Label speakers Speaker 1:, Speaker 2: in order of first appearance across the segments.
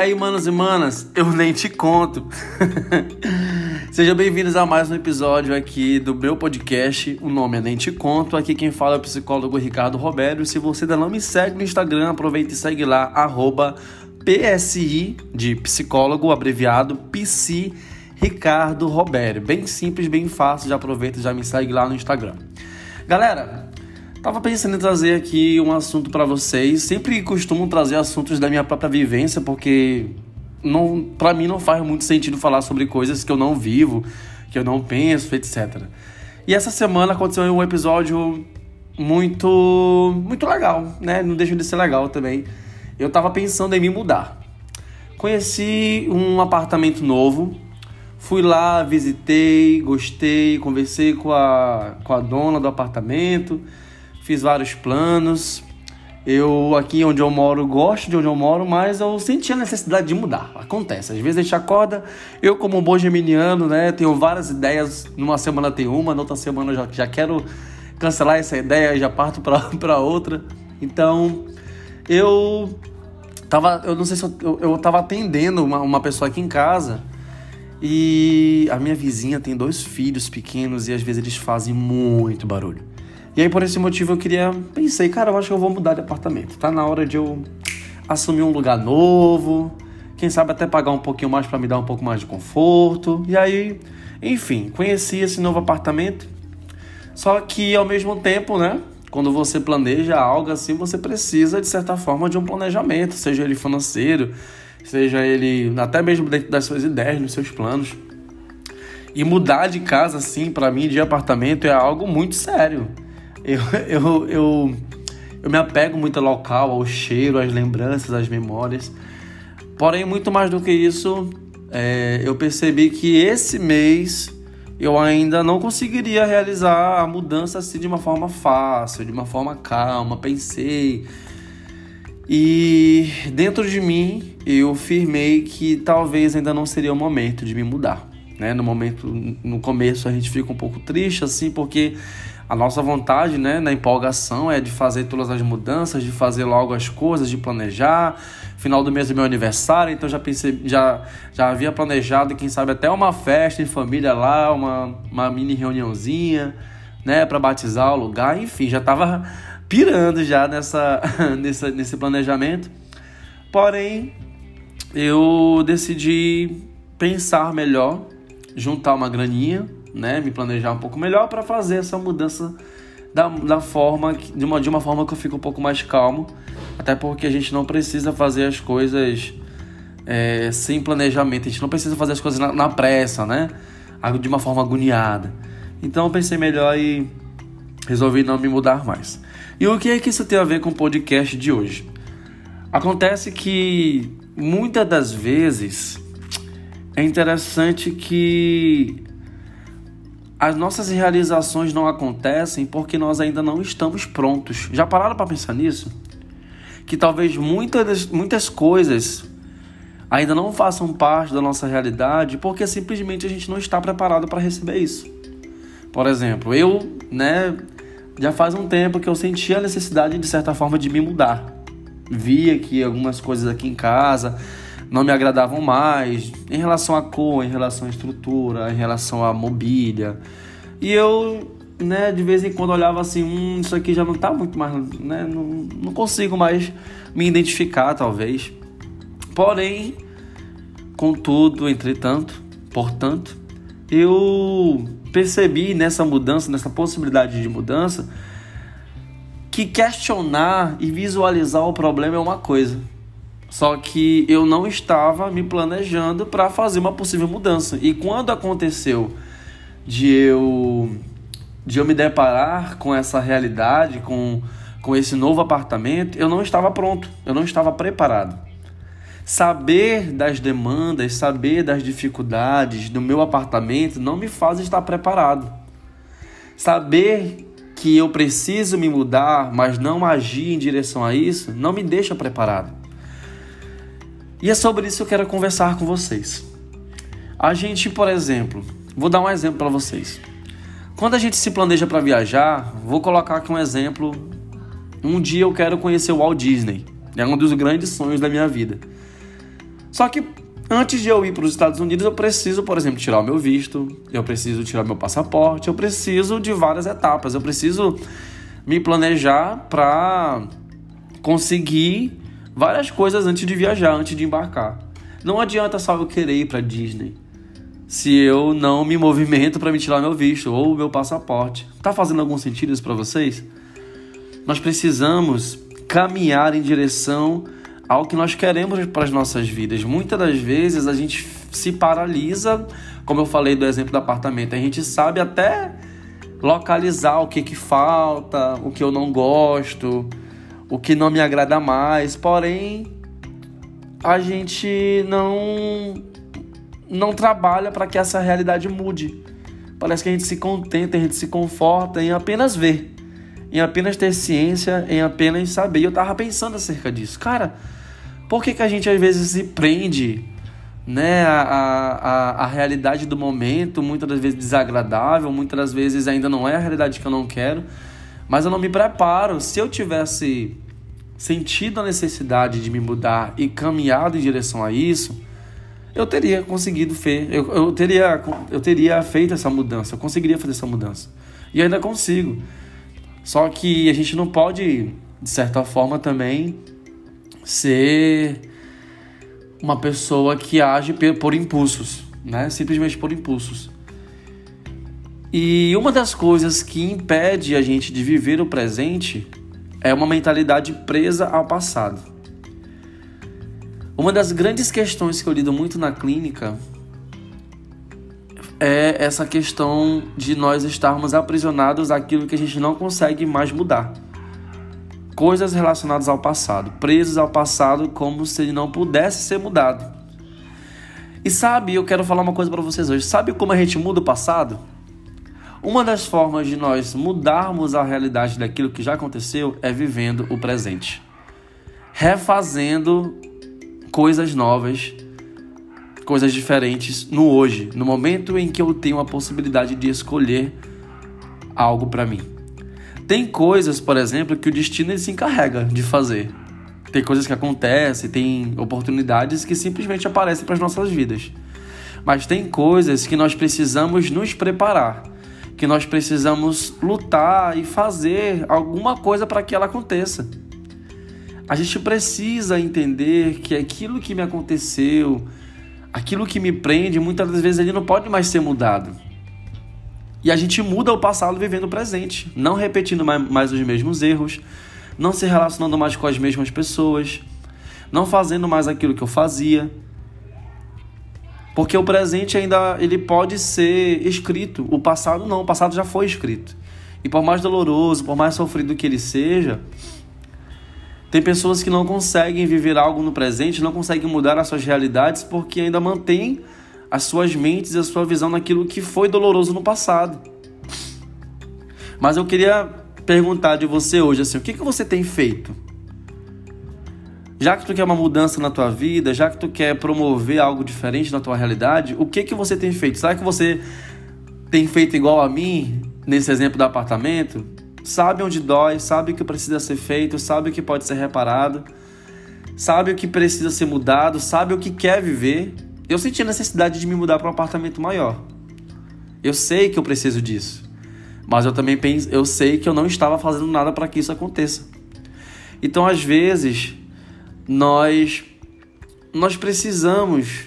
Speaker 1: Aí, manos e manas, eu nem te conto. Sejam bem-vindos a mais um episódio aqui do meu podcast. O nome é Nem Te Conto. Aqui quem fala é o psicólogo Ricardo Roberto. Se você ainda não me segue no Instagram, aproveita e segue lá, @PSI, de psicólogo, abreviado, PC Ricardo Roberto. Bem simples, bem fácil, já aproveita e já me segue lá no Instagram. Galera, tava pensando em trazer aqui um assunto para vocês. Sempre costumo trazer assuntos da minha própria vivência, porque para mim não faz muito sentido falar sobre coisas que eu não vivo, que eu não penso, etc. E essa semana aconteceu um episódio muito legal, né? Não deixa de ser legal também. Eu tava pensando em me mudar. Conheci um apartamento novo. Fui lá, visitei, gostei, conversei com a dona do apartamento, fiz vários planos. Eu, aqui onde eu moro, gosto de onde eu moro, mas eu senti a necessidade de mudar. Acontece, às vezes a gente acorda, eu como um bom geminiano, né, tenho várias ideias, numa semana tem uma, na outra semana eu já quero cancelar essa ideia, já parto para outra. Então, eu não sei se eu tava atendendo uma pessoa aqui em casa, e a minha vizinha tem 2 filhos pequenos e às vezes eles fazem muito barulho. E aí por esse motivo pensei, cara, eu acho que eu vou mudar de apartamento. Tá na hora de eu assumir um lugar novo, quem sabe até pagar um pouquinho mais para me dar um pouco mais de conforto. E aí, enfim, conheci esse novo apartamento. Só que ao mesmo tempo, né, quando você planeja algo assim, você precisa de certa forma de um planejamento, seja ele financeiro, seja ele até mesmo dentro das suas ideias, nos seus planos. E mudar de casa, assim, para mim, de apartamento, é algo muito sério. Eu me apego muito ao local, ao cheiro, às lembranças, às memórias. Porém, muito mais do que isso, eu percebi que esse mês eu ainda não conseguiria realizar a mudança assim de uma forma fácil, de uma forma calma. Pensei. E dentro de mim, eu firmei que talvez ainda não seria o momento de me mudar, né? No começo a gente fica um pouco triste, assim, porque a nossa vontade, né, na empolgação é de fazer todas as mudanças, de fazer logo as coisas, de planejar. Final do mês é meu aniversário, então já havia planejado, quem sabe até uma festa em família lá, uma mini reuniãozinha, né, para batizar o lugar, enfim, já estava pirando já nesse planejamento. Porém, eu decidi pensar melhor, juntar uma graninha, né, me planejar um pouco melhor para fazer essa mudança de uma forma que eu fico um pouco mais calmo, até porque a gente não precisa fazer as coisas sem planejamento, a gente não precisa fazer as coisas na pressa, né, de uma forma agoniada. Então eu pensei melhor e resolvi não me mudar mais. E o que é que isso tem a ver com o podcast de hoje? Acontece que muitas das vezes é interessante que as nossas realizações não acontecem porque nós ainda não estamos prontos. Já pararam para pensar nisso? Que talvez muitas coisas ainda não façam parte da nossa realidade porque simplesmente a gente não está preparado para receber isso. Por exemplo, eu, né, já faz um tempo que eu senti a necessidade, de certa forma, de me mudar. Via que algumas coisas aqui em casa não me agradavam mais, em relação à cor, em relação à estrutura, em relação à mobília. E eu, né, de vez em quando olhava assim, isso aqui já não está muito mais, né, não consigo mais me identificar, talvez. Porém, contudo, entretanto, portanto, eu percebi nessa mudança, nessa possibilidade de mudança, que questionar e visualizar o problema é uma coisa. Só que eu não estava me planejando para fazer uma possível mudança. E quando aconteceu de eu me deparar com essa realidade, com esse novo apartamento, eu não estava pronto, eu não estava preparado. Saber das demandas, saber das dificuldades do meu apartamento não me faz estar preparado. Saber que eu preciso me mudar, mas não agir em direção a isso, não me deixa preparado. E é sobre isso que eu quero conversar com vocês. A gente, por exemplo, vou dar um exemplo para vocês. Quando a gente se planeja para viajar, vou colocar aqui um exemplo. Um dia eu quero conhecer o Walt Disney. É um dos grandes sonhos da minha vida. Só que antes de eu ir para os Estados Unidos, eu preciso, por exemplo, tirar o meu visto, eu preciso tirar meu passaporte, eu preciso de várias etapas, eu preciso me planejar para conseguir várias coisas antes de viajar, antes de embarcar. Não adianta só eu querer ir para Disney se eu não me movimento para me tirar meu visto ou meu passaporte. Tá fazendo algum sentido isso para vocês? Nós precisamos caminhar em direção ao que nós queremos para as nossas vidas. Muitas das vezes a gente se paralisa, como eu falei do exemplo do apartamento. A gente sabe até localizar o que falta, o que eu não gosto, o que não me agrada mais. Porém, a gente não trabalha para que essa realidade mude. Parece que a gente se contenta, a gente se conforta em apenas ver, em apenas ter ciência, em apenas saber. E eu tava pensando acerca disso. Cara, por que a gente às vezes se prende, né, a realidade do momento, muitas das vezes desagradável, muitas das vezes ainda não é a realidade que eu não quero, mas eu não me preparo. Se eu tivesse sentido a necessidade de me mudar e caminhado em direção a isso, eu teria conseguido eu teria feito essa mudança, eu conseguiria fazer essa mudança. E ainda consigo. Só que a gente não pode, de certa forma, também ser uma pessoa que age por impulsos, né? Simplesmente por impulsos. E uma das coisas que impede a gente de viver o presente é uma mentalidade presa ao passado. Uma das grandes questões que eu lido muito na clínica é essa questão de nós estarmos aprisionados àquilo que a gente não consegue mais mudar. Coisas relacionadas ao passado, presos ao passado como se ele não pudesse ser mudado. E sabe, eu quero falar uma coisa para vocês hoje. Sabe como a gente muda o passado? Uma das formas de nós mudarmos a realidade daquilo que já aconteceu é vivendo o presente. Refazendo coisas novas, coisas diferentes no hoje, no momento em que eu tenho a possibilidade de escolher algo para mim. Tem coisas, por exemplo, que o destino ele se encarrega de fazer. Tem coisas que acontecem, tem oportunidades que simplesmente aparecem para as nossas vidas. Mas tem coisas que nós precisamos nos preparar, que nós precisamos lutar e fazer alguma coisa para que ela aconteça. A gente precisa entender que aquilo que me aconteceu, aquilo que me prende, muitas das vezes ele não pode mais ser mudado. E a gente muda o passado vivendo o presente, não repetindo mais os mesmos erros, não se relacionando mais com as mesmas pessoas, não fazendo mais aquilo que eu fazia. Porque o presente ainda ele pode ser escrito, o passado não, o passado já foi escrito. E por mais doloroso, por mais sofrido que ele seja, tem pessoas que não conseguem viver algo no presente, não conseguem mudar as suas realidades porque ainda mantêm as suas mentes e a sua visão naquilo que foi doloroso no passado. Mas eu queria perguntar de você hoje, assim, o que você tem feito? Já que tu quer uma mudança na tua vida, já que tu quer promover algo diferente na tua realidade, o que você tem feito? Será que você tem feito igual a mim, nesse exemplo do apartamento? Sabe onde dói, sabe o que precisa ser feito, sabe o que pode ser reparado, sabe o que precisa ser mudado, sabe o que quer viver. Eu senti a necessidade de me mudar para um apartamento maior. Eu sei que eu preciso disso. Mas eu sei que eu não estava fazendo nada para que isso aconteça. Então, às vezes, nós precisamos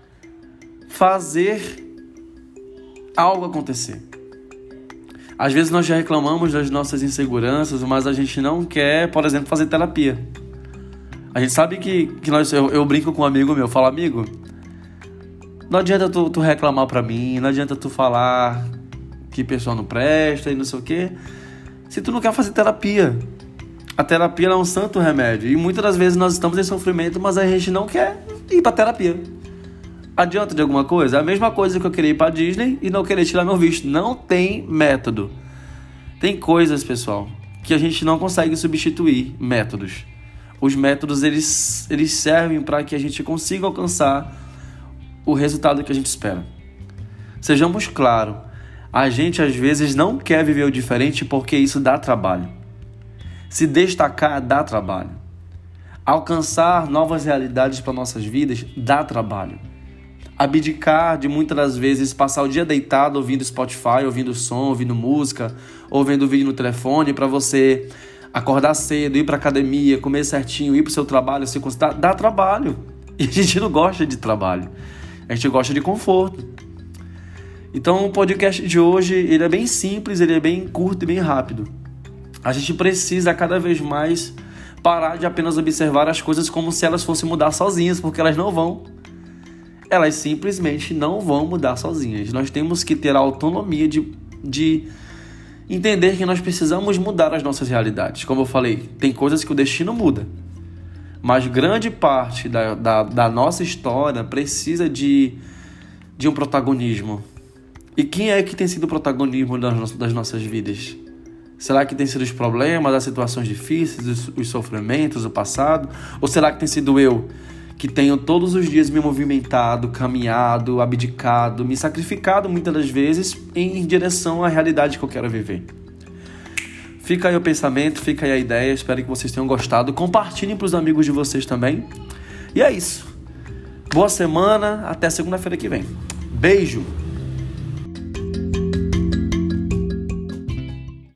Speaker 1: fazer algo acontecer. Às vezes nós já reclamamos das nossas inseguranças, mas a gente não quer, por exemplo, fazer terapia. A gente sabe que eu brinco com um amigo meu, falo, amigo, não adianta tu reclamar pra mim, não adianta tu falar que pessoa não presta e não sei o quê, se tu não quer fazer terapia. A terapia é um santo remédio. E muitas das vezes nós estamos em sofrimento, mas a gente não quer ir pra terapia. Adianta de alguma coisa? É a mesma coisa que eu queria ir pra Disney e não querer tirar meu visto. Não tem método. Tem coisas, pessoal, que a gente não consegue substituir métodos. Os métodos, eles servem para que a gente consiga alcançar o resultado que a gente espera. Sejamos claros, a gente às vezes não quer viver o diferente porque isso dá trabalho. Se destacar dá trabalho. Alcançar novas realidades para nossas vidas dá trabalho. Abdicar de muitas das vezes passar o dia deitado ouvindo Spotify, ouvindo som, ouvindo música, ouvindo vídeo no telefone para você acordar cedo, ir para academia, comer certinho, ir para o seu trabalho, se concentrar, dá trabalho. E a gente não gosta de trabalho, a gente gosta de conforto. Então o podcast de hoje ele é bem simples, ele é bem curto e bem rápido. A gente precisa cada vez mais parar de apenas observar as coisas como se elas fossem mudar sozinhas, porque elas não vão. Elas simplesmente não vão mudar sozinhas. Nós temos que ter a autonomia de entender que nós precisamos mudar as nossas realidades. Como eu falei, tem coisas que o destino muda. Mas grande parte da nossa história precisa de um protagonismo. E quem é que tem sido o protagonismo das nossas vidas? Será que tem sido os problemas, as situações difíceis, os sofrimentos, o passado? Ou será que tem sido eu, que tenho todos os dias me movimentado, caminhado, abdicado, me sacrificado muitas das vezes em direção à realidade que eu quero viver? Fica aí o pensamento, fica aí a ideia, espero que vocês tenham gostado. Compartilhem para os amigos de vocês também. E é isso. Boa semana, até segunda-feira que vem. Beijo!